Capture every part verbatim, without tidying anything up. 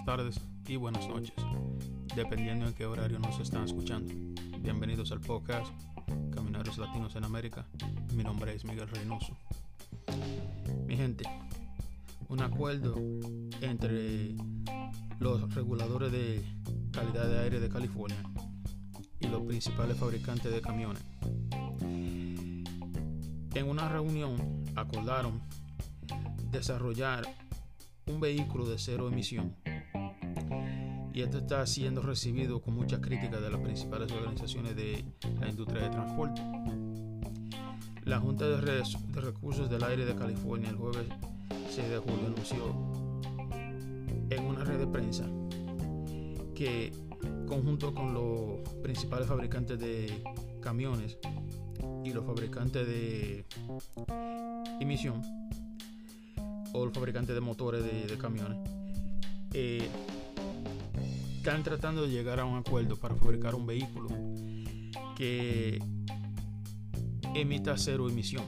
tardes y buenas noches, dependiendo en qué horario nos están escuchando. Bienvenidos al podcast Camineros Latinos en América. Mi nombre es Miguel Reynoso. Mi gente, un acuerdo entre los reguladores de calidad de aire de California y los principales fabricantes de camiones. En una reunión acordaron desarrollar un vehículo de cero emisión, y esto está siendo recibido con muchas críticas de las principales organizaciones de la industria de transporte. La Junta de, Res- de Recursos del Aire de California el jueves seis de julio anunció en una red de prensa que, conjunto con los principales fabricantes de camiones y los fabricantes de emisión o los fabricantes de motores de, de camiones, eh, están tratando de llegar a un acuerdo para fabricar un vehículo que emita cero emisión.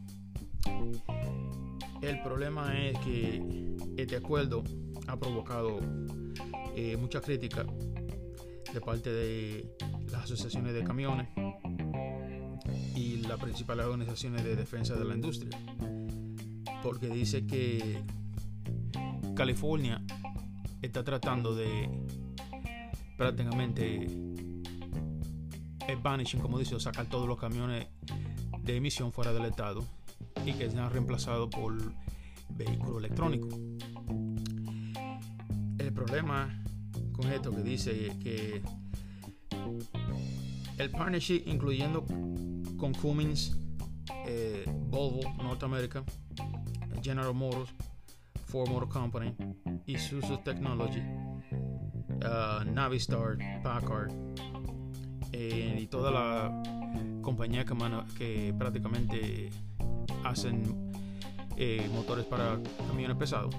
El problema es que este acuerdo ha provocado eh, mucha crítica de parte de las asociaciones de camiones y las principales organizaciones de defensa de la industria, porque dice que California está tratando de prácticamente banishing, como dice, o sacar todos los camiones de emisión fuera del estado y que sean reemplazados por vehículos electrónicos. El problema con esto que dice que el partnership, incluyendo con Cummins, eh, Volvo North America, General Motors, Ford Motor Company, Isuzu Technology, uh, Navistar, Packard, eh, y toda la compañía que, mano, que prácticamente hacen eh, motores para camiones pesados,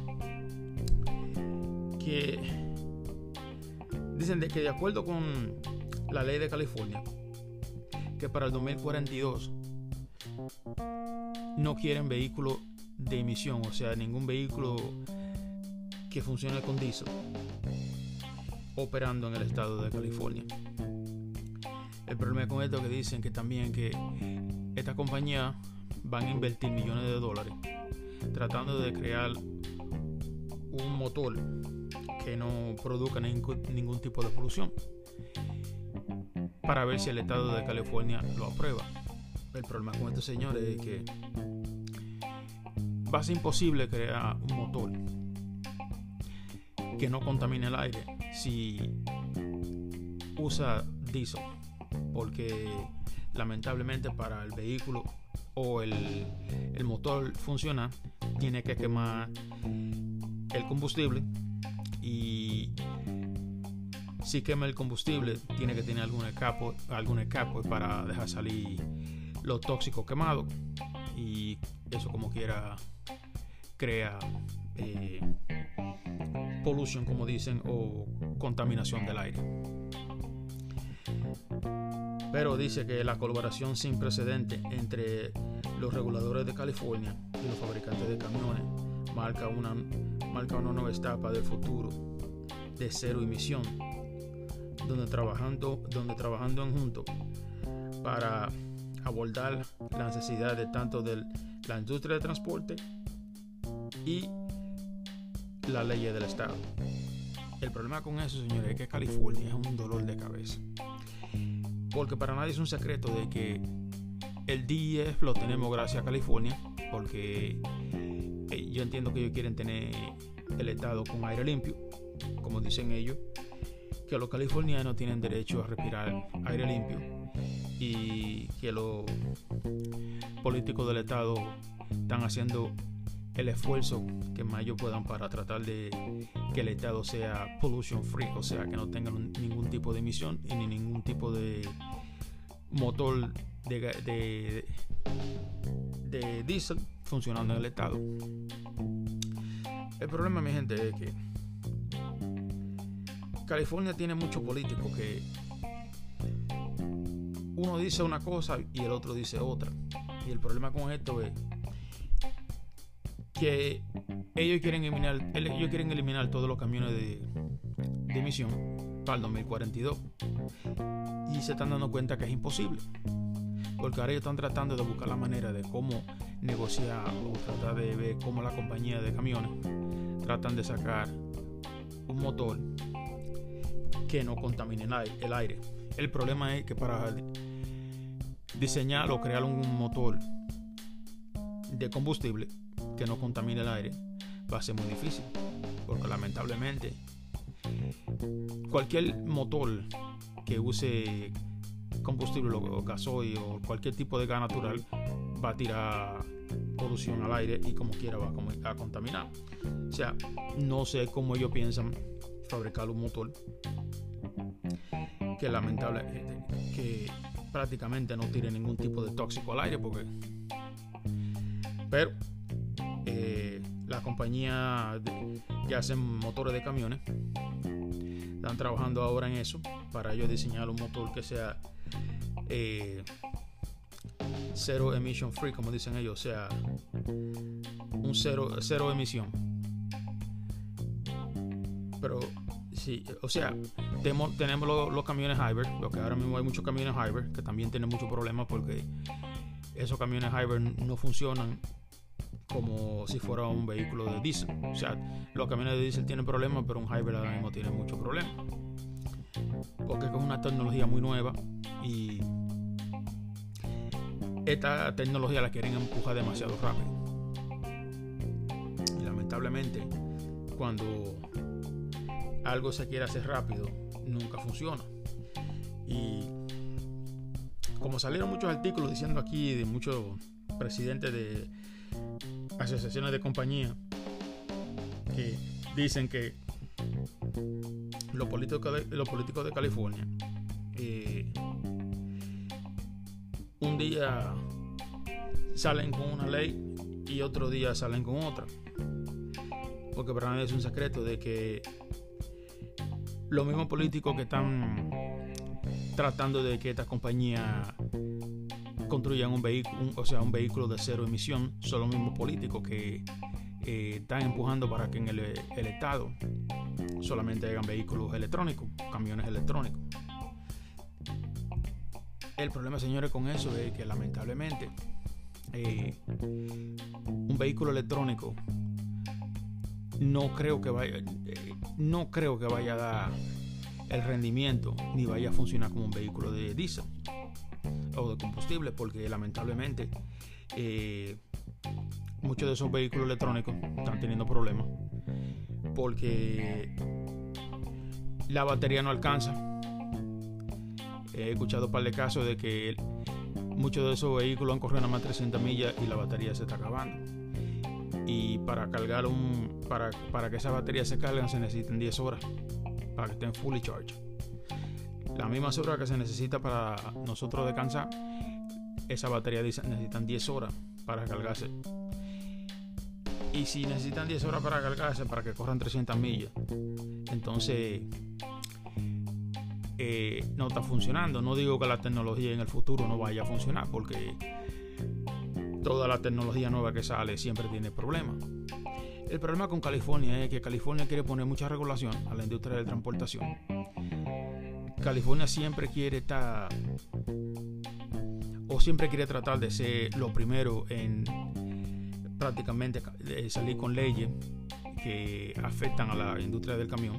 que dicen de que de acuerdo con la ley de California, que para el dos mil cuarenta y dos no quieren vehículos de emisión, o sea, ningún vehículo que funcione con diésel operando en el estado de California. El problema con esto es que dicen que también que esta compañía van a invertir millones de dólares tratando de crear un motor que no produzca ningún, ningún tipo de polución, para ver si el estado de California lo aprueba. El problema con estos señores es que va a ser imposible crear un motor que no contamine el aire si usa diésel, porque lamentablemente para el vehículo o el, el motor funcionar tiene que quemar el combustible, y si quema el combustible tiene que tener algún escape, algún escape para dejar salir los tóxicos quemados, y eso como quiera crea eh, pollution, como dicen, o contaminación del aire. Pero dice que la colaboración sin precedente entre los reguladores de California y los fabricantes de camiones marca una, marca una nueva etapa del futuro de cero emisión, donde trabajando, donde trabajando en junto para abordar la necesidad de tanto de la industria de transporte y las leyes del estado. El problema con eso, señores, es que California es un dolor de cabeza, porque para nadie es un secreto de que el D E F lo tenemos gracias a California, porque eh, yo entiendo que ellos quieren tener el estado con aire limpio, como dicen ellos, que los californianos tienen derecho a respirar aire limpio, y que los políticos del estado están haciendo el esfuerzo que más ellos puedan para tratar de que el estado sea pollution free, o sea, que no tengan ningún tipo de emisión y ni ningún tipo de motor de, de, de, de diésel funcionando en el estado. El problema, mi gente, es que California tiene muchos políticos que uno dice una cosa y el otro dice otra, y el problema con esto es que ellos quieren eliminar, ellos quieren eliminar todos los camiones de, de emisión para el dos mil cuarenta y dos, y se están dando cuenta que es imposible, porque ahora ellos están tratando de buscar la manera de cómo negociar o tratar de ver cómo la compañía de camiones tratan de sacar un motor que no contamine el aire. El problema es que para diseñar o crear un motor de combustible que no contamine el aire va a ser muy difícil, porque lamentablemente cualquier motor que use combustible o gasoil o cualquier tipo de gas natural va a tirar polución al aire y como quiera va a contaminar. O sea, no sé cómo ellos piensan fabricar un motor que lamentable que prácticamente no tire ningún tipo de tóxico al aire, porque pero eh, la compañía de, que hacen motores de camiones están trabajando ahora en eso para ellos diseñar un motor que sea eh, cero emission free, como dicen ellos, o sea, un cero, cero emisión. Pero sí, o sea, tenemos, tenemos los, los camiones hybrid, porque ahora mismo hay muchos camiones hybrid que también tienen muchos problemas, porque esos camiones hybrid no funcionan como si fuera un vehículo de diésel. O sea, los camiones de diésel tienen problemas, pero un hybrid ahora mismo tiene muchos problemas, porque es una tecnología muy nueva y esta tecnología la quieren empujar demasiado rápido, y lamentablemente cuando algo se quiere hacer rápido nunca funciona. Y como salieron muchos artículos diciendo aquí de muchos presidentes de asociaciones de compañía que dicen que los políticos de, los políticos de California eh, un día salen con una ley y otro día salen con otra, porque para nadie es un secreto de que los mismos políticos que están tratando de que esta compañía construyan un vehículo, un, o sea, un vehículo de cero emisión, son los mismos políticos que eh, están empujando para que en el, el estado solamente hagan vehículos electrónicos, camiones electrónicos. El problema, señores, con eso es que lamentablemente eh, un vehículo electrónico no creo que vaya eh, no creo que vaya a dar el rendimiento ni vaya a funcionar como un vehículo de diésel o de combustible, porque lamentablemente eh, muchos de esos vehículos electrónicos están teniendo problemas porque la batería no alcanza. He escuchado un par de casos de que muchos de esos vehículos han corrido nada más trescientas millas y la batería se está acabando, y para cargar un para, para que esa batería se cargue se necesitan diez horas para que estén fully charged. La misma horas que se necesita para nosotros descansar, esa batería necesitan diez horas para cargarse. Y si necesitan diez horas para cargarse para que corran trescientas millas, entonces eh, no está funcionando. No digo que la tecnología en el futuro no vaya a funcionar, porque toda la tecnología nueva que sale siempre tiene problemas. El problema con California es que California quiere poner mucha regulación a la industria de transportación. California siempre quiere estar o siempre quiere tratar de ser lo primero en prácticamente salir con leyes que afectan a la industria del camión.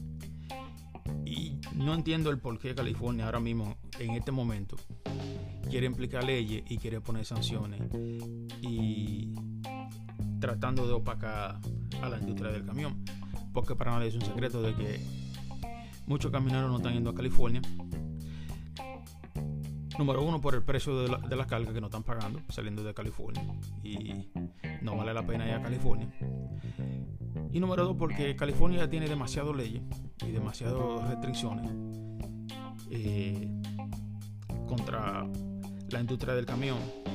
Y no entiendo el por qué California ahora mismo, en este momento, quiere implicar leyes y quiere poner sanciones y tratando de opacar a la industria del camión, porque para nadie es un secreto de que muchos camioneros no están yendo a California. Número uno, por el precio de la, de la carga que no están pagando saliendo de California, y no vale la pena ir a California. Y número dos, porque California tiene demasiadas leyes y demasiadas restricciones eh, contra la industria del camión.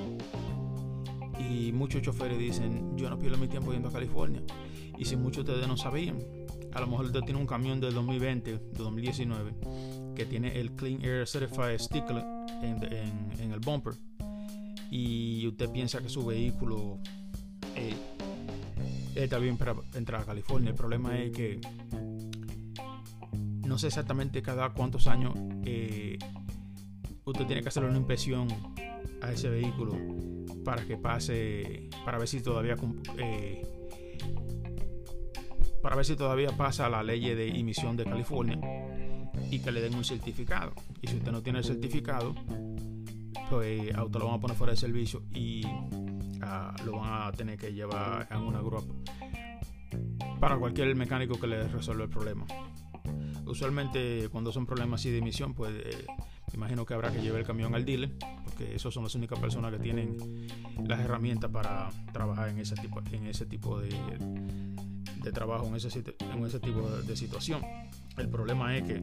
Y muchos choferes dicen: yo no pierdo mi tiempo yendo a California. Y si muchos de ustedes no sabían, a lo mejor usted tiene un camión del dos mil veinte, de dos mil diecinueve, que tiene el Clean Air Certified sticker en, en, en el bumper, y usted piensa que su vehículo eh, está bien para entrar a California. El problema es que no sé exactamente cada cuántos años eh, usted tiene que hacerle una inspección a ese vehículo para que pase, para ver si todavía eh, para ver si todavía pasa la ley de emisión de California y que le den un certificado. Y si usted no tiene el certificado, pues a usted lo van a poner fuera de servicio y uh, lo van a tener que llevar en una grúa para cualquier mecánico que le resuelva el problema. Usualmente cuando son problemas así de emisión, pues eh, imagino que habrá que llevar el camión al dealer, porque esos son las únicas personas que tienen las herramientas para trabajar en ese tipo, en ese tipo de, de trabajo, en ese, en ese tipo de, de situación. El problema es que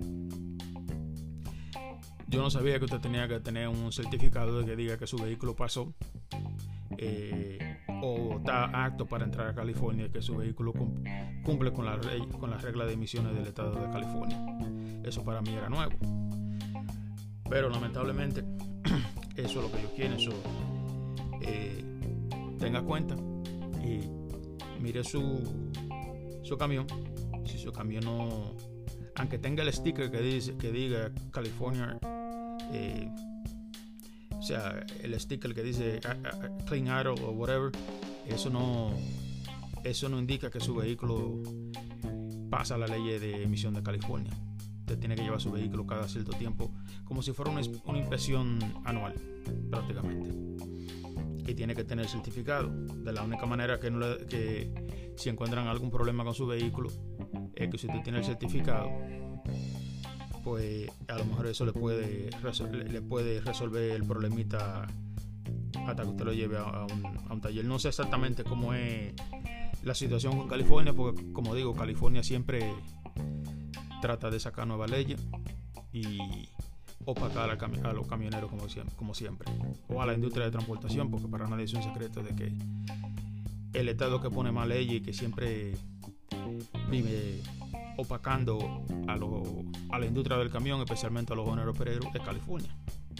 yo no sabía que usted tenía que tener un certificado de que diga que su vehículo pasó eh, o está apto para entrar a California, que su vehículo cumple con la, con las reglas de emisiones del estado de California. Eso para mí era nuevo, pero lamentablemente eso es lo que ellos quieren. So, eh, tenga cuenta y mire su, su camión. Si su camión no, aunque tenga el sticker que dice que diga California, eh, o sea, el sticker que dice uh, uh, Clean Auto o whatever, eso no eso no indica que su vehículo pasa la ley de emisión de California. Usted tiene que llevar su vehículo cada cierto tiempo, como si fuera una, una inspección anual prácticamente, y tiene que tener certificado. De la única manera que, no le, que si encuentran algún problema con su vehículo es que si usted tiene el certificado, pues a lo mejor eso le puede, le puede resolver el problemita hasta que usted lo lleve a un, a un taller. No sé exactamente cómo es la situación con California, porque como digo, California siempre trata de sacar nuevas leyes y opacar a, cami- a los camioneros como siempre, como siempre, o a la industria de transportación, porque para nadie es un secreto de que el estado que pone más leyes y que siempre vive opacando a, lo, a la industria del camión, especialmente a los joneros pereros, es California.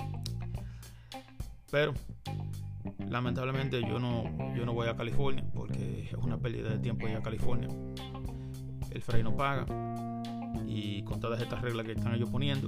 Pero lamentablemente yo no, yo no voy a California porque es una pérdida de tiempo ir a California. El F R A no paga, y con todas estas reglas que están ellos poniendo,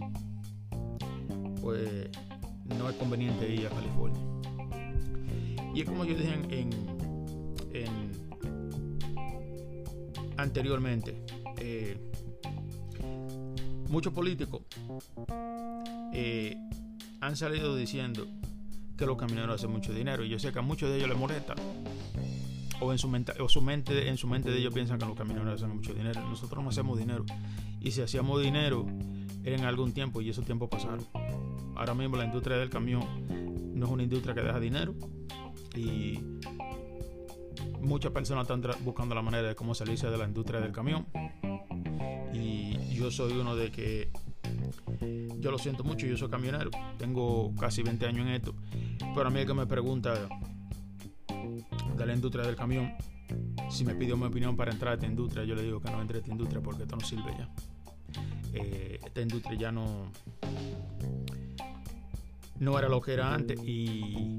pues no es conveniente ir a California. Y es como yo dije en, en, en anteriormente, eh, muchos políticos eh, han salido diciendo que los camioneros hacen mucho dinero, y yo sé que a muchos de ellos les molesta, o en su mente, o su mente en su mente de ellos piensan que los camioneros hacen mucho dinero. Nosotros no hacemos dinero, y si hacíamos dinero era en algún tiempo, y esos tiempos pasaron. Ahora mismo la industria del camión no es una industria que deja dinero, y muchas personas están buscando la manera de cómo salirse de la industria del camión, y yo soy uno de que yo lo siento mucho. Yo soy camionero, tengo casi veinte años en esto, pero a mí el que me pregunta de la industria del camión, si me pide mi opinión para entrar a esta industria, yo le digo que no entre a esta industria porque esto no sirve ya. Eh, esta industria ya no no era lo que era antes, y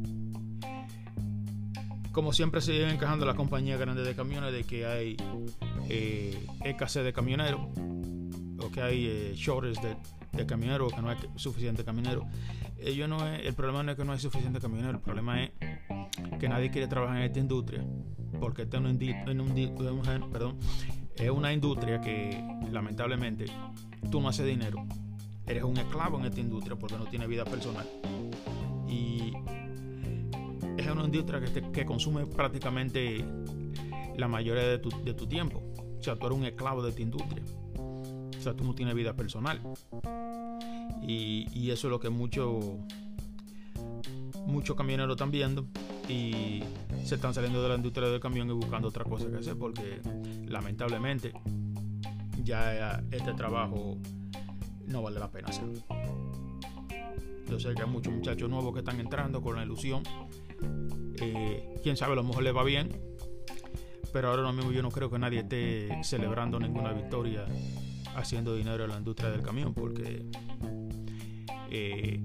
como siempre se viven quejando las compañías grandes de camiones de que hay eh, escasez de camioneros, o que hay eh, shortage de, de camioneros, que no hay suficiente camioneros. Ello no es, el problema no es que no hay suficiente camioneros, el problema es que nadie quiere trabajar en esta industria, porque esta es una, en un, perdón, es una industria que lamentablemente tú no haces dinero, eres un esclavo en esta industria porque no tienes vida personal, y es una industria que, te, que consume prácticamente la mayoría de tu, de tu tiempo. O sea, tú eres un esclavo de esta industria, o sea, tú no tienes vida personal, y, y eso es lo que muchos muchos camioneros están viendo, y se están saliendo de la industria del camión y buscando otra cosa que hacer, porque lamentablemente ya este trabajo no vale la pena hacerlo. Yo sé que hay muchos muchachos nuevos que están entrando con la ilusión, eh, quién sabe, a lo mejor les va bien, pero ahora mismo yo no creo que nadie esté celebrando ninguna victoria haciendo dinero en la industria del camión, porque eh,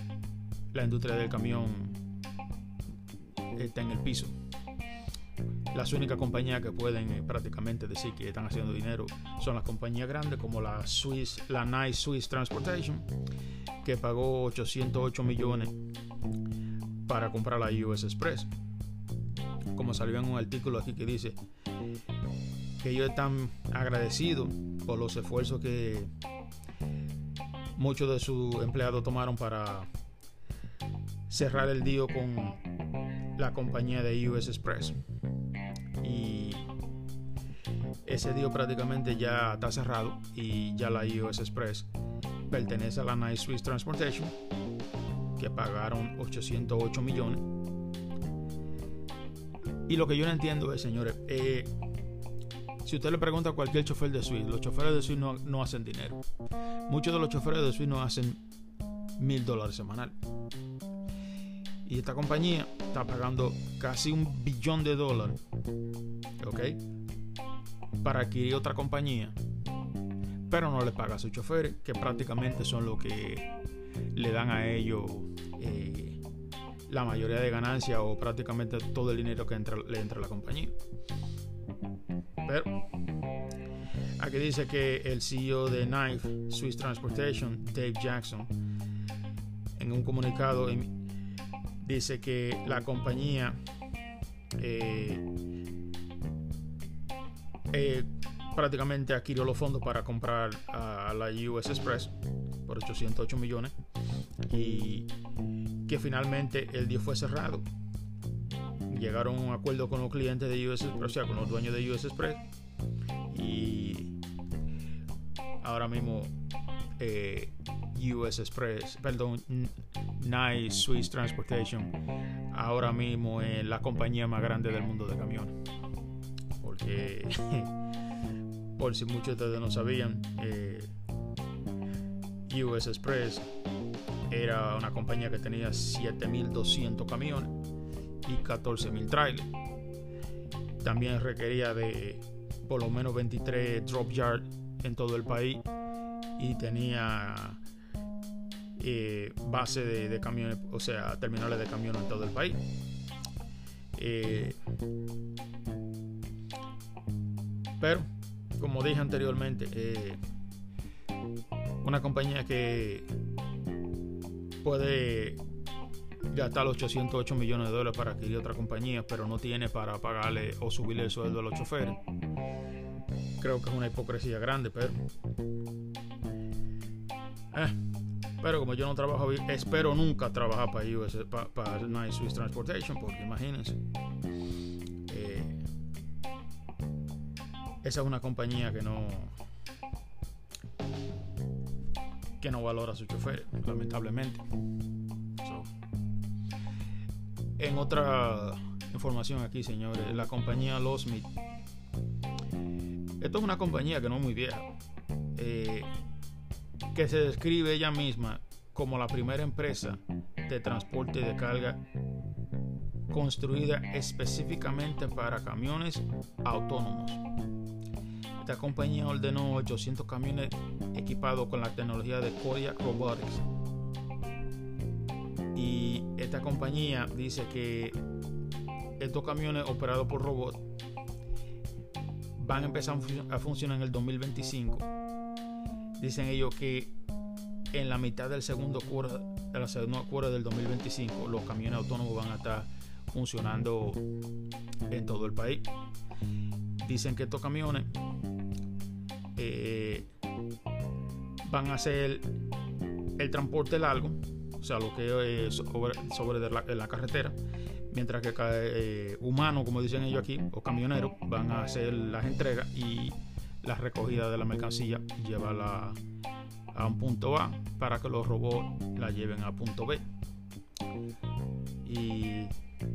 la industria del camión está en el piso. las únicas compañías que pueden eh, prácticamente decir que están haciendo dinero son las compañías grandes, como la Swiss, la Nice Swiss Transportation, que pagó ochocientos ocho millones para comprar la U S Express. Como salió en un artículo aquí que dice que ellos están agradecidos por los esfuerzos que muchos de sus empleados tomaron para cerrar el deal con la compañía de U S Express, y ese deal prácticamente ya está cerrado y ya la U S Express pertenece a la Nice Swiss Transportation, que pagaron ochocientos ocho millones. Y lo que yo no entiendo es, señores, eh, si usted le pregunta a cualquier chofer de Swiss, los choferes de Swiss no, no hacen dinero. Muchos de los choferes de Swiss no hacen mil dólares semanal. Y esta compañía está pagando casi un billón de dólares, ¿ok?, para adquirir otra compañía, pero no le paga a sus choferes, que prácticamente son los que le dan a ellos eh, la mayoría de ganancias, o prácticamente todo el dinero que entra, le entra a la compañía. Pero aquí dice que el C E O de Nice Swiss Transportation, Dave Jackson, en un comunicado dice que la compañía eh, eh, prácticamente adquirió los fondos para comprar a la U S Express por ochocientos ocho millones, y que finalmente el deal fue cerrado. Llegaron a un acuerdo con los clientes de U S Express, o sea, con los dueños de U S Express, y ahora mismo eh, U S Express, perdón, Nice Swiss Transportation ahora mismo es la compañía más grande del mundo de camiones, porque por si muchos de ustedes no sabían, eh, U S Express era una compañía que tenía siete mil doscientos camiones y catorce mil trailers. También requería de por lo menos veintitrés drop yards en todo el país, y tenía eh, base de, de camiones, o sea, terminales de camiones en todo el país. Eh, pero, como dije anteriormente, eh, una compañía que puede gastar ochocientos ocho millones de dólares para adquirir otra compañía, pero no tiene para pagarle o subirle el sueldo a los choferes, creo que es una hipocresía grande. Pero eh, pero como yo no trabajo, espero nunca trabajar para U S, para, para Nice Swiss Transportation, porque imagínense, eh, esa es una compañía que no que no valora a sus choferes, lamentablemente. So, en otra información aquí, señores, la compañía Lowesmith, esto es una compañía que no es muy vieja, eh, que se describe ella misma como la primera empresa de transporte de carga construida específicamente para camiones autónomos. Esta compañía ordenó ochocientos camiones equipados con la tecnología de Kodiak Robotics, y esta compañía dice que estos camiones operados por robots van a empezar a funcionar en el dos mil veinticinco. Dicen ellos que en la mitad del segundo quarter, de la segunda quarter del dos mil veinticinco, los camiones autónomos van a estar funcionando en todo el país. Dicen que estos camiones eh, van a hacer el transporte largo, o sea, lo que es sobre, sobre de la, de la carretera, mientras que eh, humanos, como dicen ellos aquí, o camioneros, van a hacer las entregas y la recogida de la mercancía, llevarla a un punto A para que los robots la lleven a punto B. Y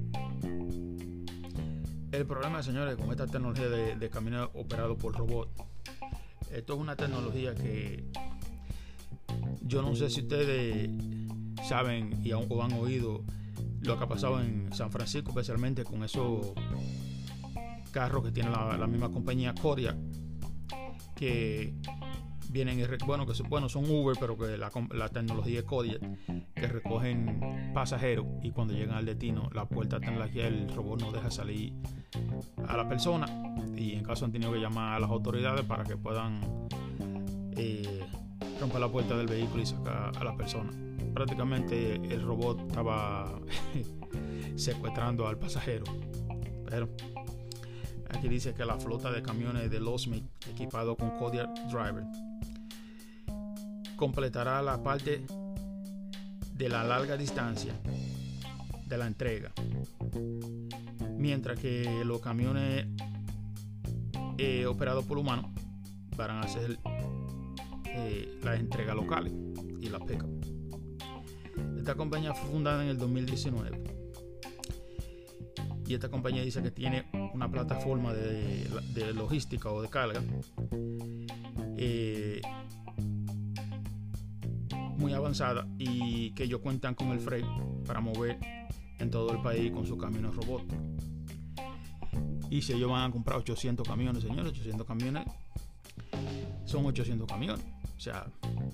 el problema, señores, con esta tecnología de, de camiones operados por robots, esto es una tecnología que yo no sé si ustedes saben y aún o han oído lo que ha pasado en San Francisco, especialmente con esos carros que tiene la, la misma compañía Kodiak, que vienen y re, bueno que bueno son Uber, pero que la, la tecnología es Kodiak, que recogen pasajeros y cuando llegan al destino la puerta está en la que el robot no deja salir a la persona, y en caso han tenido que llamar a las autoridades para que puedan eh, romper la puerta del vehículo y sacar a la persona. Prácticamente el robot estaba secuestrando al pasajero. Pero aquí dice que la flota de camiones de Locksmith equipado con Kodiak Driver completará la parte de la larga distancia de la entrega, mientras que los camiones eh, operados por humanos van a hacer eh, las entregas locales y las pick-up. Esta compañía fue fundada en el dos mil diecinueve y esta compañía dice que tiene una plataforma de, de logística o de carga eh, muy avanzada, y que ellos cuentan con el freight para mover en todo el país con sus camiones robóticos. Y si ellos van a comprar ochocientos camiones, señores, ochocientos camiones son ochocientos camiones. O sea,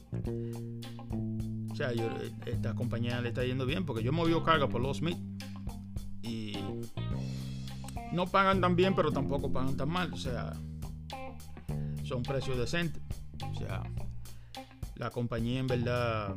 o sea yo, esta compañía le está yendo bien, porque yo moví carga por Locksmith y no pagan tan bien, pero tampoco pagan tan mal. O sea, son precios decentes. O sea, la compañía en verdad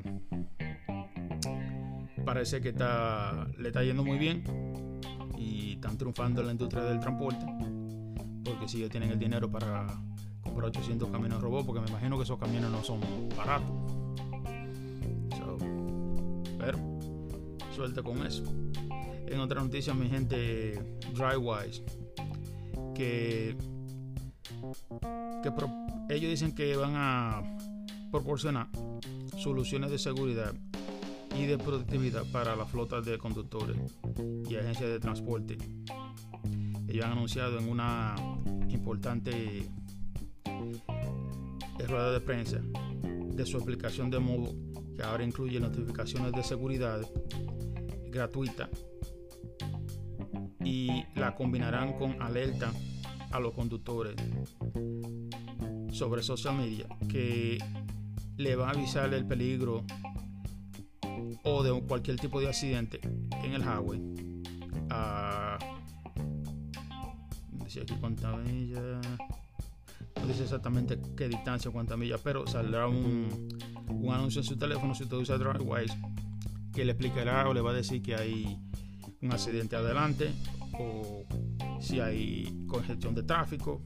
parece que está, le está yendo muy bien y están triunfando en la industria del transporte, porque si ellos tienen el dinero para comprar ochocientos camiones robots, porque me imagino que esos camiones no son baratos. So, pero suerte con eso. En otra noticia, mi gente, Drivewise, que, que pro, ellos dicen que van a proporcionar soluciones de seguridad y de productividad para las flotas de conductores y agencias de transporte. Ellos han anunciado en una importante rueda de prensa de su aplicación de modo, que ahora incluye notificaciones de seguridad gratuita, y la combinarán con alerta a los conductores sobre social media, que le va a avisar el peligro o de cualquier tipo de accidente en el highway. Uh, no dice aquí cuántas millas, no dice exactamente qué distancia, cuántas millas, pero saldrá un, un anuncio en su teléfono si usted usa Drivewise, que le explicará o le va a decir que hay un accidente adelante, o si hay congestión de tráfico.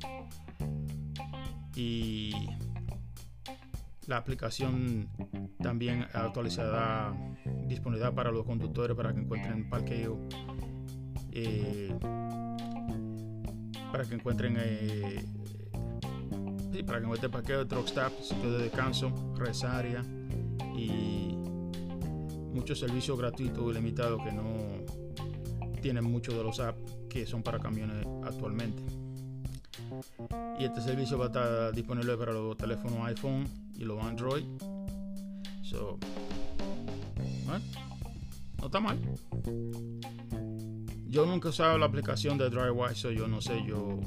Y la aplicación también actualizará disponibilidad para los conductores para que encuentren parqueo, eh, para que encuentren eh, sí, para que encuentren parqueo, truck stop, sitio de descanso, resaria y muchos servicios gratuitos y limitados que no tienen muchos de los apps que son para camiones actualmente. Y este servicio va a estar disponible para los teléfonos iPhone y los Android. So, ¿eh? No está mal. Yo nunca he usado la aplicación de Drivewise, so yo no sé. Yo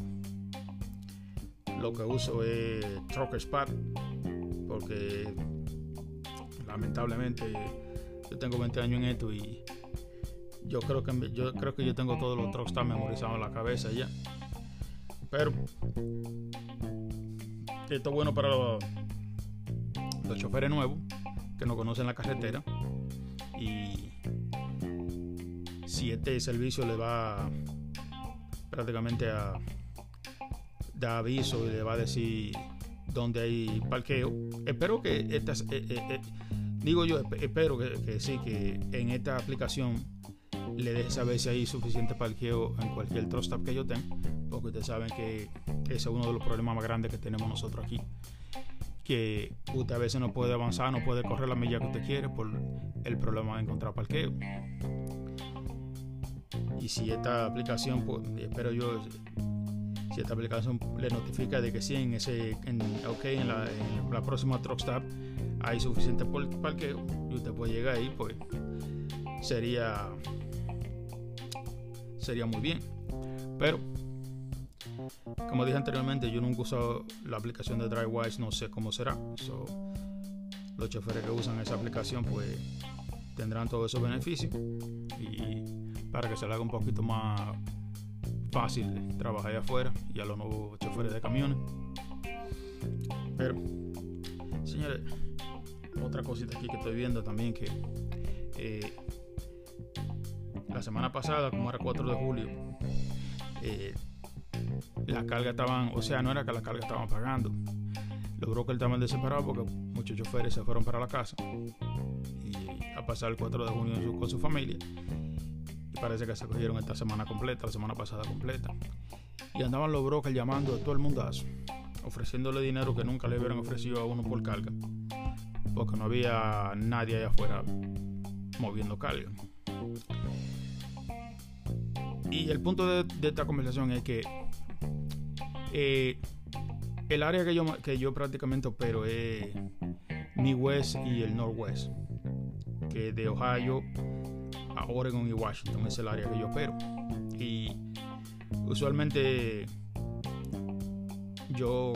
lo que uso es Trucker Spot, porque lamentablemente yo tengo veinte años en esto y yo creo que yo creo que yo tengo todos los truck stops memorizados en la cabeza ya. Pero esto es bueno para los, los choferes nuevos que no conocen la carretera, y si este servicio le va prácticamente a dar aviso y le va a decir dónde hay parqueo. Espero que estas eh, eh, eh, digo yo espero que, que sí, que en esta aplicación le deje saber si hay suficiente parqueo en cualquier truck stop que yo tenga, porque ustedes saben que ese es uno de los problemas más grandes que tenemos nosotros aquí, que usted a veces no puede avanzar, no puede correr la milla que usted quiere por el problema de encontrar parqueo. Y si esta aplicación, pues, espero yo, si esta aplicación le notifica de que sí, en ese en, okay, en, la, en la próxima truck stop hay suficiente parqueo y usted puede llegar ahí, pues sería sería muy bien. Pero Como dije anteriormente, yo nunca he usado la aplicación de Drivewise, no sé cómo será. So, los choferes que usan esa aplicación pues tendrán todos esos beneficios, y para que se le haga un poquito más fácil trabajar allá afuera y a los nuevos choferes de camiones. Pero, señores, otra cosita aquí que estoy viendo también, que eh, la semana pasada, como era cuatro de julio, eh, las cargas estaban, o sea, no era que las cargas estaban pagando. Los brokers estaban desesperados porque muchos choferes se fueron para la casa y a pasar el cuatro de junio con su familia, y parece que se cogieron esta semana completa, la semana pasada completa, y andaban los brokers llamando a todo el mundazo, ofreciéndole dinero que nunca le hubieran ofrecido a uno por carga, porque no había nadie allá afuera moviendo carga. Y el punto de, de esta conversación es que eh, el área que yo, que yo prácticamente opero es Midwest y el Northwest, que de Ohio a Oregon y Washington es el área que yo opero. Y usualmente yo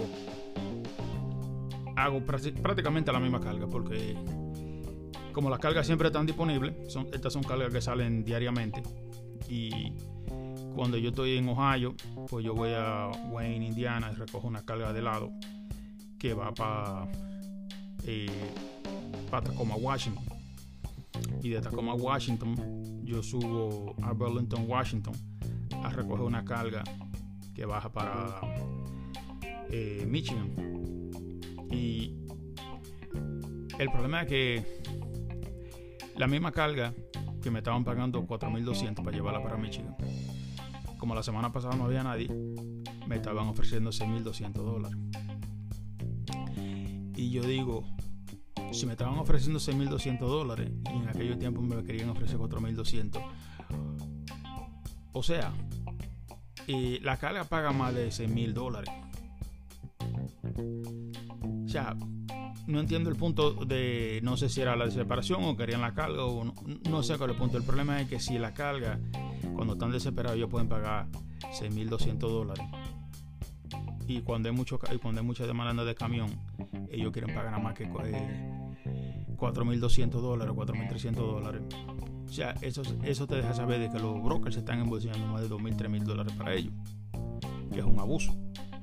hago prácticamente la misma carga, porque como las cargas siempre están disponibles, son, estas son cargas que salen diariamente. Y cuando yo estoy en Ohio, pues yo voy a Wayne, Indiana, y recojo una carga de helado que va para eh, pa Tacoma, Washington. Y de Tacoma, Washington, yo subo a Burlington, Washington, a recoger una carga que baja para eh, Michigan. Y el problema es que la misma carga que me estaban pagando cuatro mil doscientos para llevarla para Michigan, como la semana pasada no había nadie, me estaban ofreciendo seis mil doscientos dólares. Y yo digo, si me estaban ofreciendo seis mil doscientos dólares y en aquellos tiempos me querían ofrecer cuatro mil doscientos, o sea, y la carga paga más de seis mil dólares. O sea, no entiendo el punto de, no sé si era la separación o querían la carga, o no, no sé cuál es el punto. El problema es que si la carga, cuando están desesperados, ellos pueden pagar seis mil doscientos dólares, y cuando hay mucho y cuando hay mucha demanda de camión, ellos quieren pagar nada más que eh, cuatro mil doscientos dólares, cuatro mil trescientos dólares. O sea, eso, eso te deja saber de que los brokers se están embolsillando más de dos mil, tres mil dólares para ellos, que es un abuso,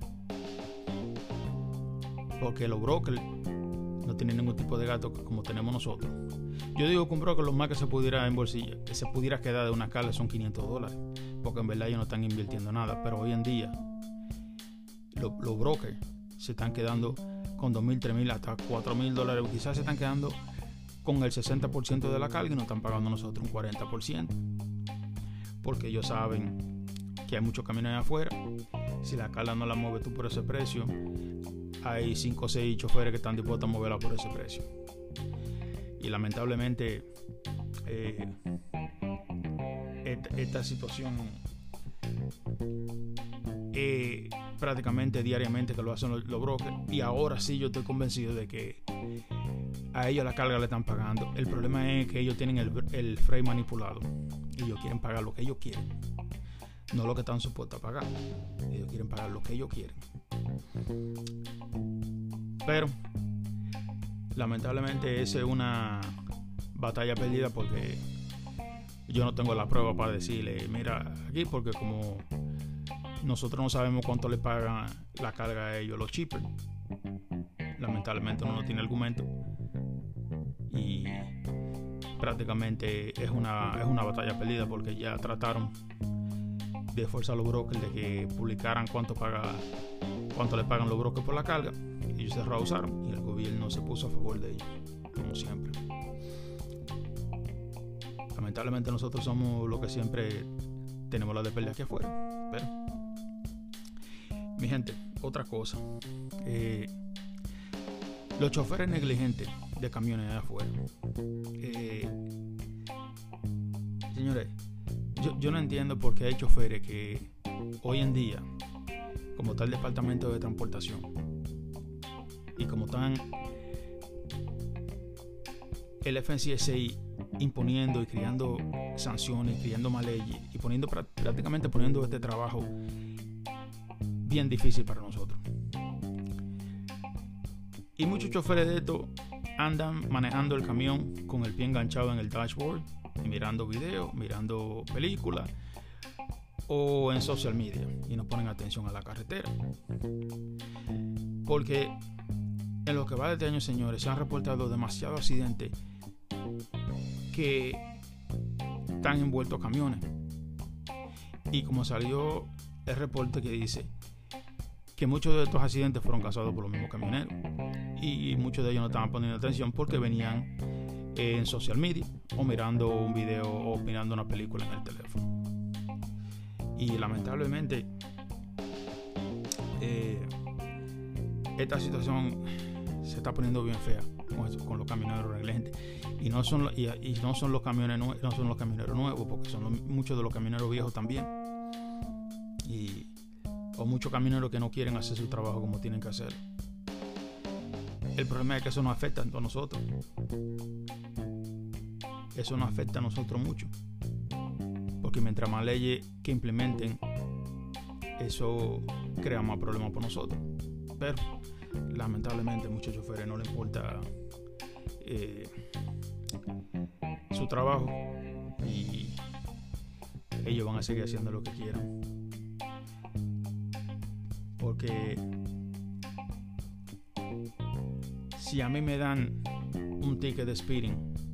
porque los brokers no tienen ningún tipo de gasto como tenemos nosotros. Yo digo que un broker lo más que se pudiera embolsillar, que se pudiera quedar de una carga, son quinientos dólares, porque en verdad ellos no están invirtiendo nada. Pero hoy en día los, los brokers se están quedando con dos mil, tres mil, hasta cuatro mil dólares. Quizás se están quedando con el sesenta por ciento de la carga y nos están pagando a nosotros un cuarenta por ciento, porque ellos saben que hay muchos camiones allá afuera. Si la carga no la mueves tú por ese precio, hay cinco o seis choferes que están dispuestos a moverla por ese precio. Y lamentablemente eh, esta, esta situación eh, prácticamente diariamente que lo hacen los, los brokers. Y ahora sí yo estoy convencido de que a ellos la carga le están pagando. El problema es que ellos tienen el, el freight manipulado y ellos quieren pagar lo que ellos quieren, no lo que están supuestos a pagar. Ellos quieren pagar lo que ellos quieren. Pero lamentablemente esa es una batalla perdida, porque yo no tengo la prueba para decirle, mira aquí, porque como nosotros no sabemos cuánto le pagan la carga a ellos los shippers, lamentablemente uno no tiene argumento, y prácticamente es una, es una batalla perdida, porque ya trataron de forzar a los brokers de que publicaran cuánto paga cuánto le pagan los brokers por la carga. Ellos se rehusaron y el gobierno se puso a favor de ellos, como siempre. Lamentablemente nosotros somos los que siempre tenemos la de perder aquí afuera. Pero, mi gente, otra cosa, eh, los choferes negligentes de camiones de afuera, eh, señores, yo, yo no entiendo por qué hay choferes que hoy en día, como está el departamento de transportación y como están el F M C S I imponiendo y creando sanciones, creando más leyes y poniendo prácticamente poniendo este trabajo bien difícil para nosotros. Y muchos choferes de esto andan manejando el camión con el pie enganchado en el dashboard y mirando videos, mirando películas o en social media y no ponen atención a la carretera. Porque en lo que va de este año, señores, se han reportado demasiados accidentes que están envueltos camiones. Y como salió el reporte que dice que muchos de estos accidentes fueron causados por los mismos camioneros y muchos de ellos no estaban poniendo atención porque venían en social media o mirando un video o mirando una película en el teléfono. Y lamentablemente eh, esta situación se está poniendo bien fea con, eso, con los camioneros negligentes y no son y, y no son los camiones no son los camioneros nuevos, porque son los, muchos de los camioneros viejos también, y o muchos camioneros que no quieren hacer su trabajo como tienen que hacer. El problema es que eso nos afecta a nosotros. Eso nos afecta a nosotros mucho, porque mientras más leyes que implementen, eso crea más problemas por nosotros. Pero lamentablemente a muchos choferes no les importa eh, su trabajo y ellos van a seguir haciendo lo que quieran, porque si a mí me dan un ticket de speeding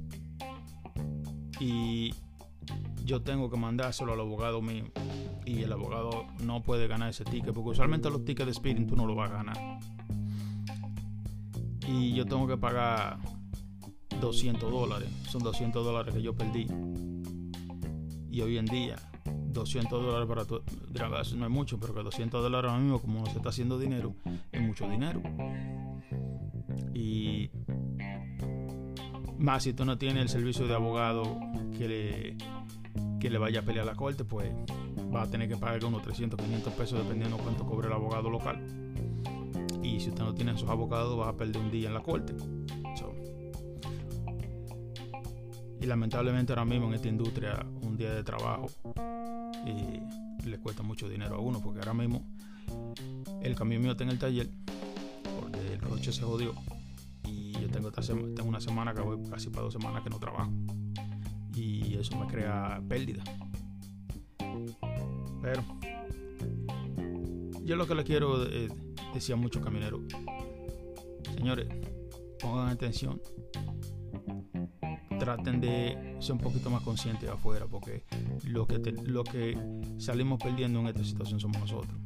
y yo tengo que mandárselo al abogado mío y el abogado no puede ganar ese ticket, porque usualmente los tickets de speeding tú no lo vas a ganar, y yo tengo que pagar doscientos dólares, son doscientos dólares que yo perdí, y hoy en día doscientos dólares para tu no es mucho, pero que doscientos dólares ahora mismo, como no se está haciendo dinero, es mucho dinero. Y más si tú no tienes el servicio de abogado que le, que le vaya a pelear a la corte, pues vas a tener que pagar unos trescientos, quinientos pesos dependiendo cuánto cobre el abogado local. Y si usted no tiene esos abogados, vas a perder un día en la corte. So, y lamentablemente ahora mismo en esta industria un día de trabajo eh, le cuesta mucho dinero a uno, porque ahora mismo el camión mío está en el taller porque el coche se jodió y yo tengo, esta sema, tengo una semana que voy casi para dos semanas que no trabajo, y eso me crea pérdida. Pero yo lo que le quiero eh, decir a muchos camioneros: señores, pongan atención, traten de ser un poquito más conscientes afuera, porque lo que, te, lo que salimos perdiendo en esta situación somos nosotros.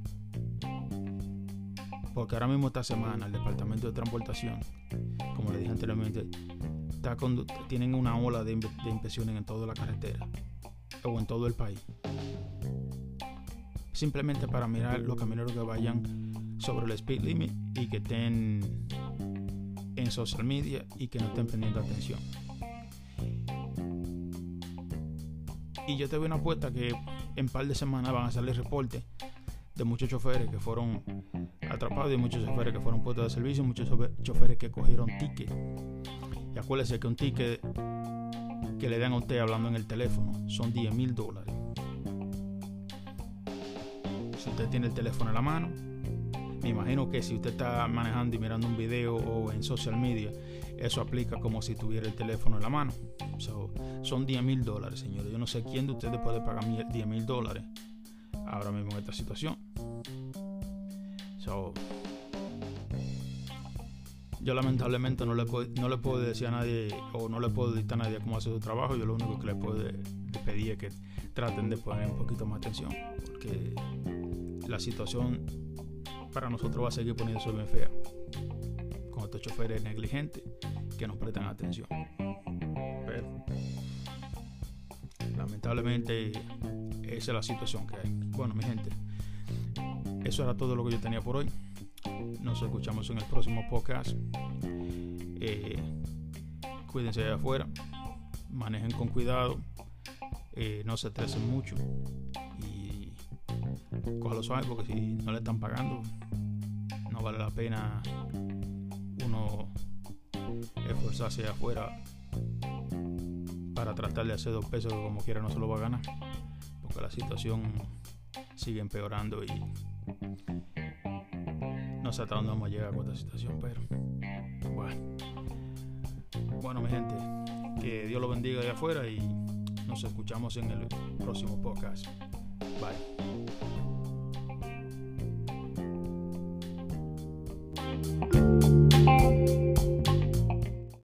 Porque ahora mismo esta semana el Departamento de Transportación, como le dije anteriormente, está con, tienen una ola de, de inspecciones en toda la carretera o en todo el país, simplemente para mirar los camioneros que vayan sobre el speed limit y que estén en social media y que no estén poniendo atención. Y yo te doy una apuesta que en un par de semanas van a salir reportes de muchos choferes que fueron atrapados y muchos choferes que fueron puestos de servicio, muchos choferes que cogieron ticket. Y acuérdese que un ticket que le dan a usted hablando en el teléfono son diez mil dólares. Si usted tiene el teléfono en la mano, me imagino que si usted está manejando y mirando un video o en social media, eso aplica como si tuviera el teléfono en la mano. So, son diez mil dólares, señores. Yo no sé quién de ustedes puede pagar diez mil dólares ahora mismo en esta situación. So, yo lamentablemente no le, puedo, no le puedo decir a nadie, o no le puedo dictar a nadie cómo hacer su trabajo. Yo lo único que le puedo pedir es que traten de poner un poquito más atención, porque la situación para nosotros va a seguir poniéndose bien fea con estos choferes negligentes que nos prestan atención. Pero lamentablemente esa es la situación que hay. Bueno, mi gente, eso era todo lo que yo tenía por hoy. Nos escuchamos en el próximo podcast. Eh, cuídense de afuera, manejen con cuidado, eh, no se estresen mucho y cójalo suave, porque si no le están pagando no vale la pena uno esforzarse afuera para tratar de hacer dos pesos que como quiera no se lo va a ganar, porque la situación sigue empeorando y no sé hasta dónde vamos a llegar con esta situación, pero bueno. Bueno, mi gente, que Dios lo bendiga allá afuera y nos escuchamos en el próximo podcast. Bye.